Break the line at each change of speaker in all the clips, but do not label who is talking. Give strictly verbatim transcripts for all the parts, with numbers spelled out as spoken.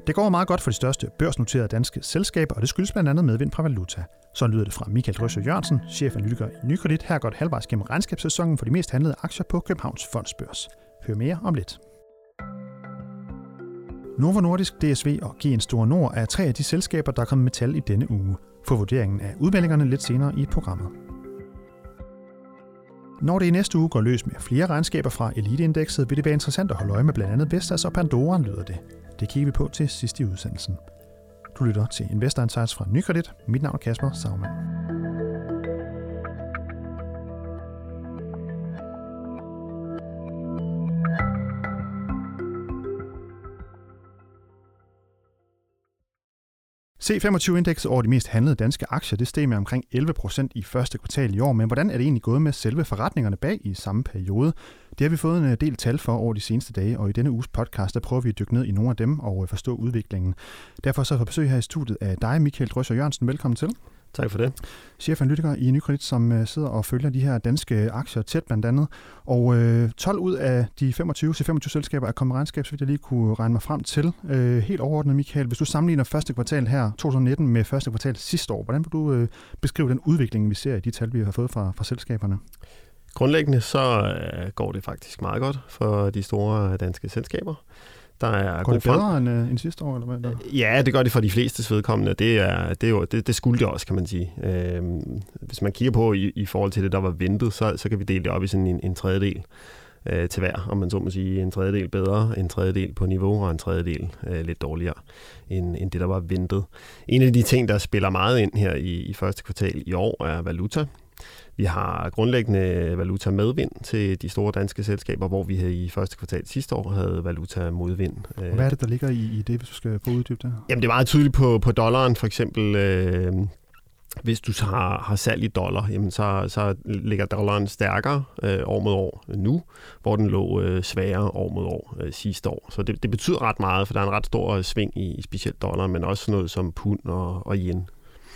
Det går meget godt for de største børsnoterede danske selskaber, og det skyldes blandt andet medvind fra valuta. Så lyder det fra Michael Drøsø Jørgensen, chefanalytiker i Nykredit, her godt halvvejs gennem regnskabssæsonen for de mest handlede aktier på Københavns Fondsbørs. Hør mere om lidt. Novo Nordisk, D S V og G N Store Nord er tre af de selskaber, der er kommet med tal i denne uge. Få vurderingen af udmeldingerne lidt senere i programmet. Når det i næste uge går løs med flere regnskaber fra Eliteindekset, vil det være interessant at holde øje med blandt andet Vestas og Pandora, lyder det. Det kigger vi på til sidst i udsendelsen. Du lytter til Investor Insights fra Nykredit. Mit navn er Kasper Saumann. C femogtyve-indekset over de mest handlede danske aktier, det steg med omkring elleve procent i første kvartal i år, men hvordan er det egentlig gået med selve forretningerne bag i samme periode? Det har vi fået en del tal for over de seneste dage, og i denne uges podcast, der prøver vi at dykke ned i nogle af dem og forstå udviklingen. Derfor så får besøg her i studiet af dig, Michael Drøsø Jørgensen. Velkommen til.
Tak for det.
Chefanalytiker i Nykredit, som sidder og følger de her danske aktier tæt blandt andet. Og øh, tolv ud af de femogtyve C femogtyve selskaber er kommet regnskab, så vidt jeg lige kunne regne mig frem til. Øh, helt overordnet, Michael, hvis du sammenligner første kvartal her, to tusind nitten, med første kvartal sidste år, hvordan vil du øh, beskrive den udvikling, vi ser i de tal, vi har fået fra, fra selskaberne?
Grundlæggende så øh, går det faktisk meget godt for de store danske selskaber. Der er
går det bedre end, øh, end sidste år? Eller hvad der?
Ja, det gør det for de fleste vedkommende. Det, er, det, er jo, det, det skulle det også, kan man sige. Øhm, hvis man kigger på i, i forhold til det, der var ventet, så, så kan vi dele det op i sådan en, en tredjedel øh, til hver. Om man så må sige, en tredjedel bedre, en tredjedel på niveau og en tredjedel øh, lidt dårligere end, end det, der var ventet. En af de ting, der spiller meget ind her i, i første kvartal i år, er valuta. Vi har grundlæggende valuta medvind til de store danske selskaber, hvor vi i første kvartal sidste år havde valuta modvind.
Hvad er det, der ligger i, i det, hvis du skal få uddybt det?
Jamen, det er meget tydeligt på, på dollaren, for eksempel. Øh, hvis du har, har salg i dollar, jamen så, så ligger dollaren stærkere øh, år mod år nu, hvor den lå øh, sværere år mod år øh, sidste år. Så det, det betyder ret meget, for der er en ret stor sving i, i specielt dollar, men også noget som pund og, og yen.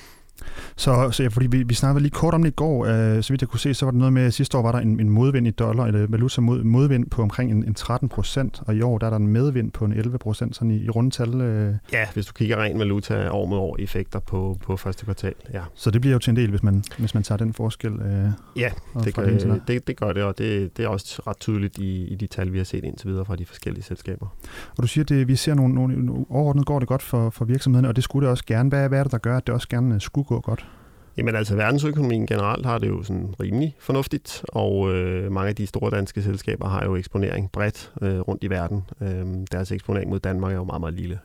Så, så ja, fordi vi, vi snakkede lige kort om det i går, øh, så vidt jeg kunne se, så var det noget med, at sidste år var der en, en modvind i dollar, eller valuta mod, modvind på omkring en, en tretten procent, og i år der er der en medvind på en elleve procent, sådan i, i rundetal. Øh.
Ja, hvis du kigger ren valuta år mod år effekter på, på første kvartal, ja.
Så det bliver jo til en del, hvis man, hvis man tager den forskel. Øh,
ja, det gør det, det, det gør det, og det, det er også ret tydeligt i, i de tal, vi har set indtil videre fra de forskellige selskaber. Og
du siger, at vi ser nogle, nogle overordnet går det godt for, for virksomhederne, og det skulle det også gerne. Hvad, hvad er det, der gør, at det også gerne skulle gå godt?
Jamen altså, verdensøkonomien generelt har det jo sådan rimelig fornuftigt, og øh, mange af de store danske selskaber har jo eksponering bredt øh, rundt i verden. Øh, deres eksponering mod Danmark er jo meget, meget lille.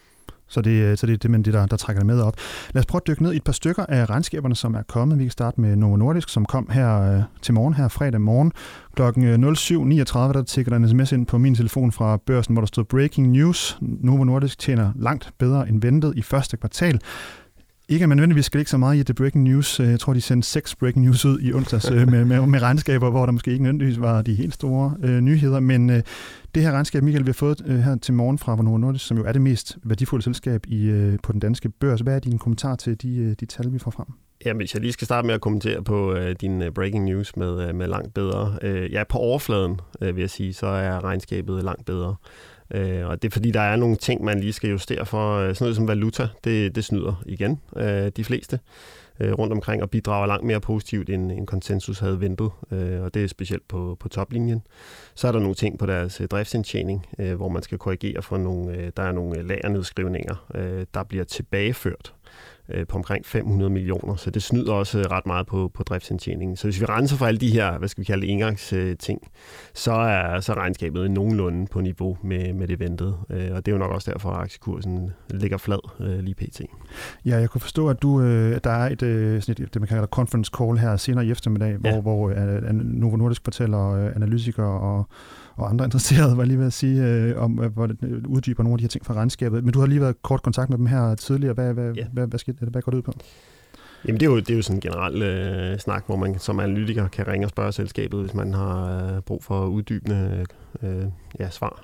Så det, så det er det, men det der, der trækker det med op. Lad os prøve at dykke ned i et par stykker af regnskaberne, som er kommet. Vi kan starte med Novo Nordisk, som kom her øh, til morgen, her fredag morgen. Klokken nul syv niogtredive, der tikker der en sms ind på min telefon fra børsen, hvor der stod Breaking News. Novo Nordisk tjener langt bedre end ventet i første kvartal. Ikke at man nødvendigvis skal ikke så meget i det breaking news. Jeg tror, de sendte seks breaking news ud i onsdags med, med, med regnskaber, hvor der måske ikke nødvendigvis var de helt store øh, nyheder. Men øh, det her regnskab, Michael, vi har fået øh, her til morgen fra Novo Nordisk, som jo er det mest værdifulde selskab i, øh, på den danske børs. Hvad er din kommentar til de, øh, de tal, vi får frem?
Ja, hvis jeg lige skal starte med at kommentere på øh, din øh, breaking news med, øh, med langt bedre. Øh, ja, på overfladen, øh, vil jeg sige, så er regnskabet langt bedre. Øh, og det er fordi, der er nogle ting, man lige skal justere for. Sådan noget som valuta, det, det snyder igen øh, de fleste øh, rundt omkring og bidrager langt mere positivt, end, end konsensus havde ventet. Øh, og det er specielt på, på toplinjen. Så er der nogle ting på deres øh, driftsindtjening, øh, hvor man skal korrigere for nogle, øh, der er nogle lagernedskrivninger, øh, der bliver tilbageført på omkring fem hundrede millioner, så det snyder også ret meget på, på driftsindtjeningen. Så hvis vi renser for alle de her, hvad skal vi kalde det, engangsting, så er så regnskabet nogenlunde på niveau med, med det ventede. Og det er jo nok også derfor, at aktiekursen ligger flad lige pt.
Ja, jeg kunne forstå, at du, der er et, sådan et det, man kalder conference call her senere i eftermiddag, hvor, ja. hvor Novo Nordisk fortæller analytikere og og andre interesserede, var lige ved at sige, øh, om hvor det uddyber nogle af de her ting fra regnskabet. Men du har lige været i kort kontakt med dem her tidligere. Hvad, hvad, yeah. hvad, hvad, skete, hvad går det ud på?
Jamen det er jo, det er jo sådan en generel øh, snak, hvor man som analytiker kan ringe og spørge selskabet, hvis man har øh, brug for uddybende øh, ja, svar.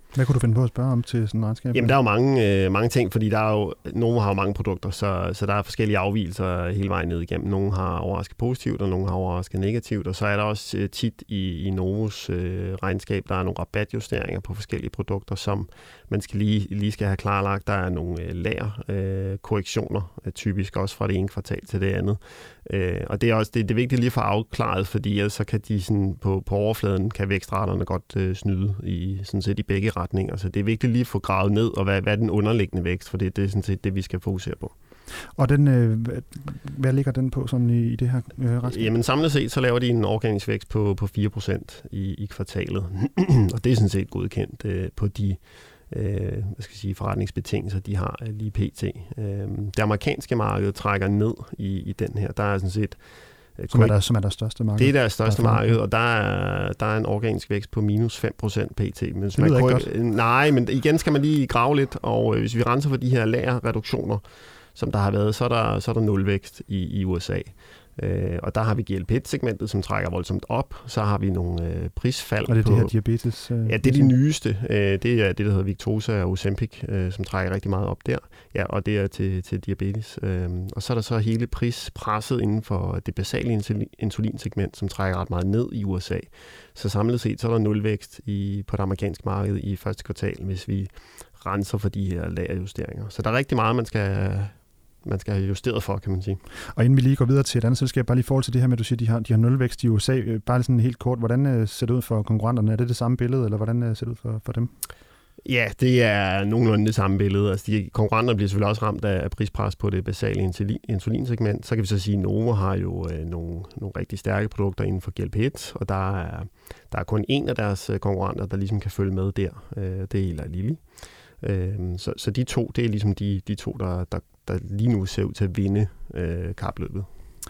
Hvad kunne du finde på at spørge om til sådan en regnskab?
Jamen, der er jo mange, øh, mange ting, fordi der er jo, Novo har jo mange produkter, så, så der er forskellige afvigelser hele vejen ned igennem. Nogle har overrasket positivt, og nogle har overrasket negativt, og så er der også øh, tit i, i Novos øh, regnskab, der er nogle rabatjusteringer på forskellige produkter, som man skal lige, lige skal have klarlagt. Der er nogle øh, lagerkorrektioner, øh, typisk også fra det ene kvartal til det andet. Øh, og det er også det, det er vigtigt lige at få afklaret, fordi ellers så kan de sådan, på, på overfladen kan vækstraterne godt øh, snyde i, sådan set i begge retninger. Så det er vigtigt lige at få gravet ned, og hvad, hvad er den underliggende vækst, for det, det er sådan set det, vi skal fokusere på.
Og den, øh, hvad ligger den på sådan i, i det her øh, regnskab?
Jamen samlet set, så laver de en organisk vækst på, på fire procent i, i kvartalet, og det er sådan set godkendt øh, på de øh, hvad skal jeg sige, forretningsbetingelser, de har lige pt. Øh, det amerikanske marked trækker ned i, i den her. Der er sådan set
Som er, der, som er der største marked?
Det er der største der er marked, og der er, der er en organisk vækst på minus fem procent pt. Men
det lyder ikke godt.
Nej, men igen skal man lige grave lidt, og hvis vi renser for de her lagerreduktioner, som der har været, så er der, så er der nulvækst i, i U S A. Øh, og der har vi G L P et-segmentet, som trækker voldsomt op. Så har vi nogle øh, prisfald på...
Og det er på, det her diabetes? Øh,
ja, det er de nyeste. Øh, det er det, der hedder Victoza og Ozempic, øh, som trækker rigtig meget op der. Ja, og det er til, til diabetes. Øh, og så er der så hele prispresset inden for det basale insulinsegment, som trækker ret meget ned i U S A. Så samlet set, så er der nulvækst i, på det amerikanske marked i første kvartal, hvis vi renser for de her lagerjusteringer. Så der er rigtig meget, man skal... man skal have justeret for, kan man sige.
Og inden vi lige går videre til et andet selskab, bare lige i forhold til det her med, at du siger, at de har, de har nulvækst i U S A, bare sådan helt kort, hvordan ser det ud for konkurrenterne? Er det det samme billede, eller hvordan ser det ud for, for dem?
Ja, det er nogenlunde det samme billede. Altså, de konkurrenter bliver selvfølgelig også ramt af prispres på det basale insulinsegment. Så kan vi så sige, at Novo har jo øh, nogle, nogle rigtig stærke produkter inden for G L P et, og der er, der er kun en af deres konkurrenter, der ligesom kan følge med der. Øh, det er Eli Lilly. Øh, så, så de to, det er ligesom de, de to, der, der der lige nu ser ud til at vinde øh, kapløbet.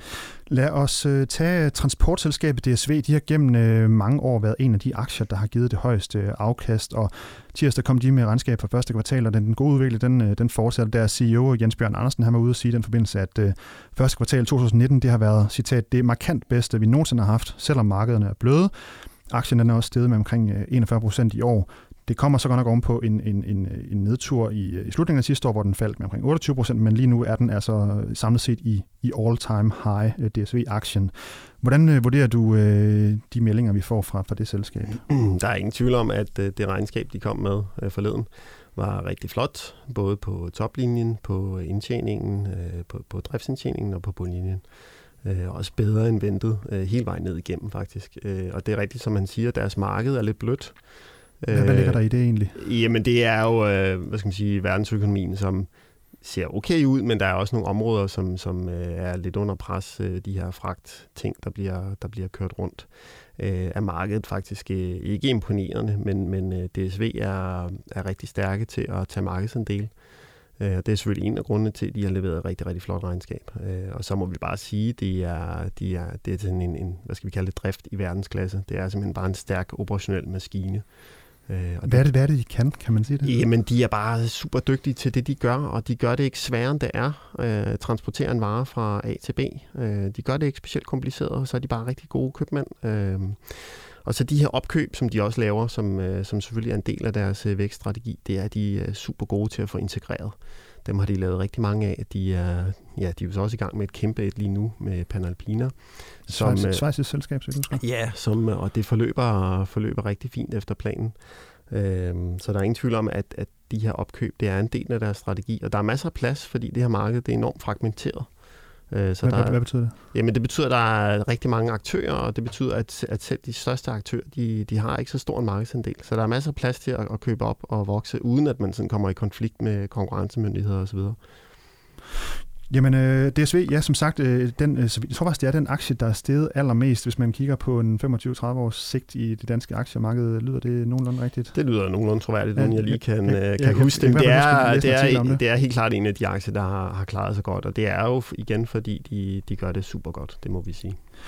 Lad os øh, tage transportselskabet D S V. De har gennem øh, mange år været en af de aktier, der har givet det højeste øh, afkast, og tirsdag kom de med regnskab for første kvartal, og den, den gode udvikling, den, øh, den fortsætter. Der er C E O Jens Bjørn Andersen, han var ude at sige i den forbindelse, at øh, første kvartal to tusind nitten, det har været, citat, det markant bedste, vi nogensinde har haft, selvom markederne er bløde. Aktien den er også steget med omkring øh, enogfyrre procent i år. Det kommer så godt nok oven på en, en, en, en nedtur i, i slutningen af sidste år, hvor den faldt med omkring otteogtyve procent, men lige nu er den altså samlet set i, i all-time high D S V-aktien. Hvordan øh, vurderer du øh, de meldinger, vi får fra, fra det selskab?
Der er ingen tvivl om, at øh, det regnskab, de kom med øh, forleden, var rigtig flot, både på toplinjen, på indtjeningen, øh, på, på driftsindtjeningen og på bundlinjen. Øh, også bedre end ventet, øh, hele vejen ned igennem faktisk. Øh, og det er rigtigt, som man siger, deres marked er lidt blødt.
Hvad, hvad ligger der i det egentlig?
Jamen det er jo, øh, hvad skal man sige, verdensøkonomien, som ser okay ud, men der er også nogle områder, som, som øh, er lidt under pres. Øh, de her fragtting, der bliver, der bliver kørt rundt. Øh, er markedet faktisk øh, ikke imponerende, men, men øh, D S V er, er rigtig stærke til at tage markedsandel. Øh, det er selvfølgelig en af grundene til, at de har leveret et rigtig, rigtig flot regnskab. Øh, og så må vi bare sige, at det er, de er, det er sådan en, en, hvad skal vi kalde det, drift i verdensklasse. Det er simpelthen bare en stærk operationel maskine.
Øh, og hvad, er det, hvad er det, de kan? Kan man sige det?
Jamen, de er bare super dygtige til det, de gør, og de gør det ikke sværere, end det er at øh, transportere en vare fra A til B. Øh, de gør det ikke specielt kompliceret, og så er de bare rigtig gode købmænd. Øh, og så de her opkøb, som de også laver, som, øh, som selvfølgelig er en del af deres øh, vækststrategi, det er de øh, super gode til at få integreret. Dem har de lavet rigtig mange af. De er, ja, de er jo også i gang med et kæmpe et lige nu med Panalpina.
Schweizisk selskab, så du husker?
Ja, som, og det forløber, forløber rigtig fint efter planen. Øhm, så der er ingen tvivl om, at, at de her opkøb, det er en del af deres strategi. Og der er masser af plads, fordi det her marked det er enormt fragmenteret. Øh, så
hvad,
der,
hvad betyder det?
Jamen det betyder, at der er rigtig mange aktører, og det betyder, at, at selv de største aktører, de, de har ikke så stor en markedsandel. Så der er masser af plads til at, at købe op og vokse, uden at man sådan kommer i konflikt med konkurrencemyndigheder osv.
Jamen, øh, D S V, ja, som sagt, øh, den, øh, jeg tror faktisk, det er den aktie, der er steget allermest, hvis man kigger på en femogtyve til tredive års sigt i det danske aktiemarked. Lyder det nogenlunde rigtigt?
Det lyder nogenlunde troværdigt, ja, jeg lige kan,
jeg,
jeg, kan jeg, huske det. Det er, det, er, det. det er helt klart en af de aktier, der har, har klaret sig godt, og det er jo igen, fordi de, de gør det super godt, det må vi sige.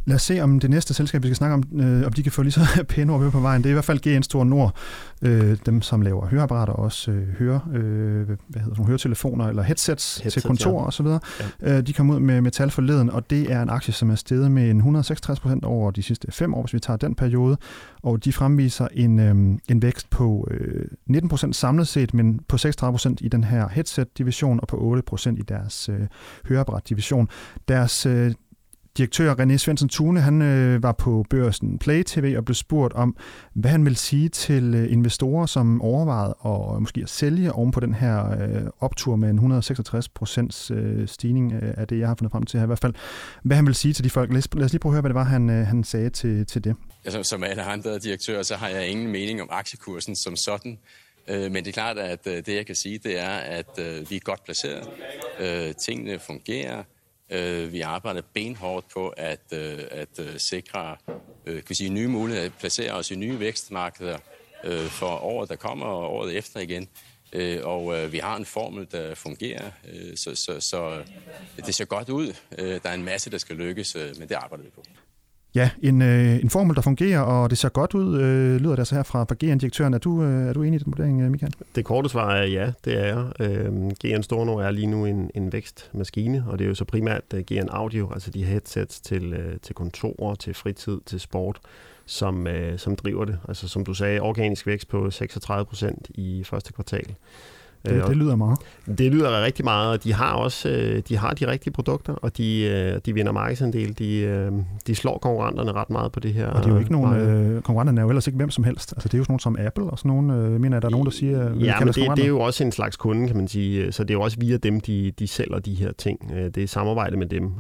Lad os se, om det næste selskab, vi skal snakke om, øh, om de kan få lige så pæne ord på vejen. Det er i hvert fald G N Store Nord, øh, dem som laver høreapparater og også øh, høre, øh, hvad hedder det, høretelefoner eller headsets, headsets til kontor ja. og så videre. Ja. Øh, de kom ud med, med tal forleden, og det er en aktie, som er steget med en et hundrede og seksogtres procent over de sidste fem år, hvis vi tager den periode. Og de fremviser en, øh, en vækst på øh, nitten procent samlet set, men på seksogtredive procent i den her headset-division og på otte procent i deres øh, høreapparat-division. Deres øh, direktør René Svendsen Thune, han øh, var på børsen Play T V og blev spurgt om, hvad han vil sige til øh, investorer, som overvejede at måske at sælge oven på den her øh, optur med en et hundrede og seksogtres procent øh, stigning øh, af det, jeg har fundet frem til her i hvert fald. Hvad han vil sige til de folk. Lad os, lad os lige prøve at høre, hvad det var, han, øh, han sagde til, til det.
Ja, som alle andre direktører, så har jeg ingen mening om aktiekursen som sådan. Øh, men det er klart, at øh, det jeg kan sige, det er, at øh, vi er godt placeret. Øh, tingene fungerer. Vi arbejder benhårdt på at, at sikre kan vi sige, nye muligheder, at placere os i nye vækstmarkeder for året, der kommer, og året efter igen. Og vi har en formel, der fungerer, så, så, så det ser godt ud. Der er en masse, der skal lykkes, men det arbejder vi på.
Ja, en, øh, en formel, der fungerer, og det ser godt ud, øh, lyder det altså her fra, fra G N-direktøren. Er du, øh, er du enig i den vurdering, Michael?
Det korte svar er ja, det er jeg. Øh, G N Store Nord er lige nu en, en vækstmaskine, og det er jo så primært uh, G N Audio, altså de headsets til, uh, til kontorer, til fritid, til sport, som, uh, som driver det. Altså som du sagde, organisk vækst på seksogtredive procent i første kvartal.
Det, det lyder meget.
Det lyder rigtig meget, og de har også de har de rigtige produkter, og de, de vinder markedsandel. De, de slår konkurrenterne ret meget på det her.
Og det er jo ikke nogen, øh, konkurrenterne er jo ellers ikke hvem som helst. Altså det er jo sådan nogen som Apple og sådan nogen, øh, mener jeg, der er nogen, der siger...
Ja, men det, det er jo også en slags kunde, kan man sige. Så det er jo også via dem, de, de sælger de her ting. Det er samarbejde med dem.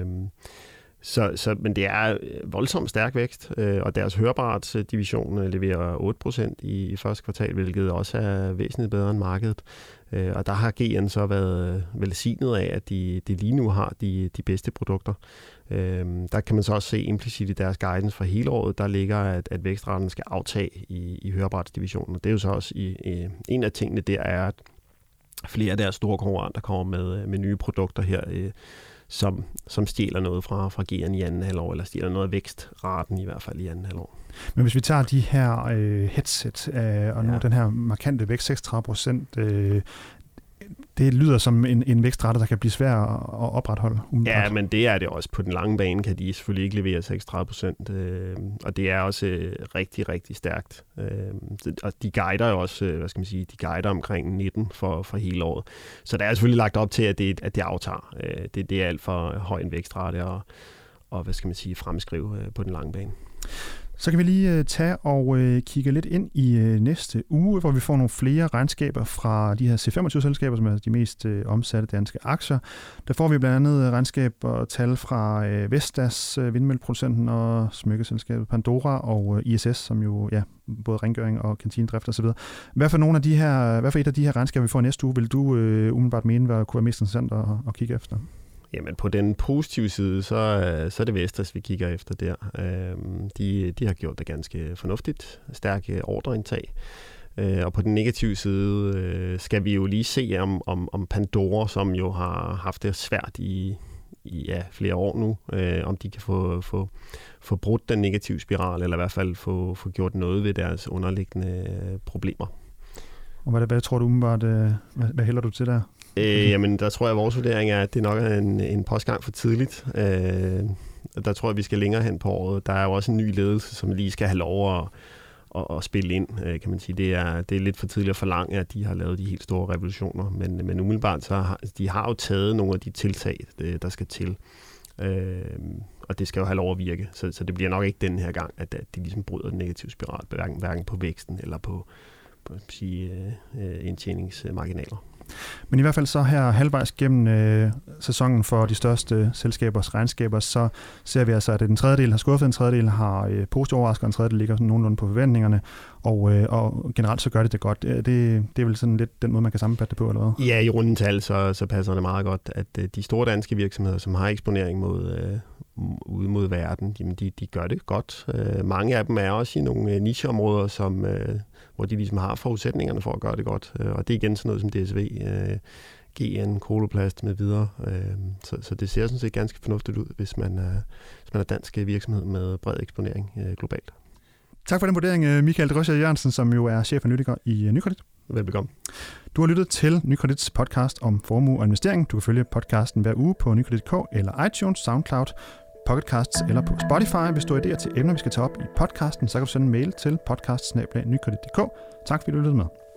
Så, så, men det er voldsomt stærk vækst, øh, og deres høreapparatsdivision leverer otte procent i, i første kvartal, hvilket også er væsentligt bedre end markedet. Øh, og der har G N så været velsignet af, at de, de lige nu har de, de bedste produkter. Øh, der kan man så også se implicit i deres guidance for hele året, der ligger, at, at vækstraten skal aftage i, i høreapparatsdivisionen. Og det er jo så også i, i, en af tingene der er, at flere af deres store konkurrenter kommer med, med nye produkter her, øh, Som, som stjæler noget fra, fra G N i anden halvår, eller stjæler noget af vækstraten i hvert fald i anden halvår.
Men hvis vi tager de her øh, headset, øh, og nu ja. den her markante vækst, seksogtredive procent, øh, det lyder som en, en vækstrate, der kan blive svær at, at opretholde. Umiddelbart.
Ja, men det er det også. På den lange bane kan de selvfølgelig ikke levere seksogtredive procent, øh, og det er også øh, rigtig, rigtig stærkt. Øh, og de guider jo også, øh, hvad skal man sige, de guider omkring nitten for, for hele året. Så der er selvfølgelig lagt op til, at det, at det aftager. Øh, det, det er alt for høj en vækstrate og, og hvad skal man sige, fremskrive øh, på den lange bane.
Så kan vi lige uh, tage og uh, kigge lidt ind i uh, næste uge, hvor vi får nogle flere regnskaber fra de her C femogtyve-selskaber, som er de mest uh, omsatte danske aktier. Der får vi blandt andet uh, regnskaber og tal fra uh, Vestas, uh, vindmølleproducenten, og smykkeselskabet Pandora og uh, I S S, som jo ja, både rengøring og kantinedrift osv. Hvad for nogle af de her, hvad for et af de her regnskaber, vi får næste uge, vil du uh, umiddelbart mene, hvad kunne være mest interessant at, at kigge efter?
Jamen på den positive side, så, så er det Vestas, vi kigger efter der. De, de har gjort det ganske fornuftigt, stærke ordreindtag. Og på den negative side skal vi jo lige se om, om, om Pandora, som jo har haft det svært i, i ja, flere år nu, om de kan få, få, få brudt den negative spiral, eller i hvert fald få, få gjort noget ved deres underliggende problemer. Og
hvad, hvad tror du umiddelbart, hvad, hvad hælder du til der?
Øh, jamen, der tror jeg, at vores vurdering er, at det nok er en, en postgang for tidligt. Øh, der tror jeg, vi skal længere hen på året. Der er jo også en ny ledelse, som lige skal have lov at, at, at spille ind, kan man sige. Det er, det er lidt for tidligt at forlange, at de har lavet de helt store revolutioner. Men, men umiddelbart, så har de har jo taget nogle af de tiltag, der skal til. Øh, og det skal jo have lov at virke. Så, så det bliver nok ikke den her gang, at, at de ligesom bryder den negative spiral, hverken, hverken på væksten eller på, på at sige, øh, indtjeningsmarginaler.
Men i hvert fald så her halvvejs gennem øh, sæsonen for de største selskabers regnskaber, så ser vi altså, at en tredjedel har skuffet, en tredjedel har øh, positivt overrasket, og en tredjedel ligger sådan nogenlunde på forventningerne, og, øh, og generelt så gør det det godt. Det, det er vel sådan lidt den måde, man kan sammenfatte det på, eller hvad?
Ja, i runden tal, så, så passer det meget godt, at øh, de store danske virksomheder, som har eksponering mod, øh, ude mod verden, jamen de, de gør det godt. Øh, mange af dem er også i nogle øh, nicheområder, som... Øh, hvor de ligesom har forudsætningerne for at gøre det godt. Og det er igen sådan noget som D S V, G N, Coloplast med videre. Så, så det ser sådan set ganske fornuftigt ud, hvis man er, hvis man er dansk virksomhed med bred eksponering globalt.
Tak for den vurdering, Michael Drøscher Jørgensen, som jo er chefanalytiker i Nykredit.
Velbekomme.
Du har lyttet til Nykredits podcast om formue og investering. Du kan følge podcasten hver uge på nykredit punktum k eller iTunes, SoundCloud, Pocketcasts eller på Spotify. Hvis du har idéer til emner, vi skal tage op i podcasten, så kan du sende en mail til podcast snabel-a nykredit punktum d k. Tak fordi du lyttede med.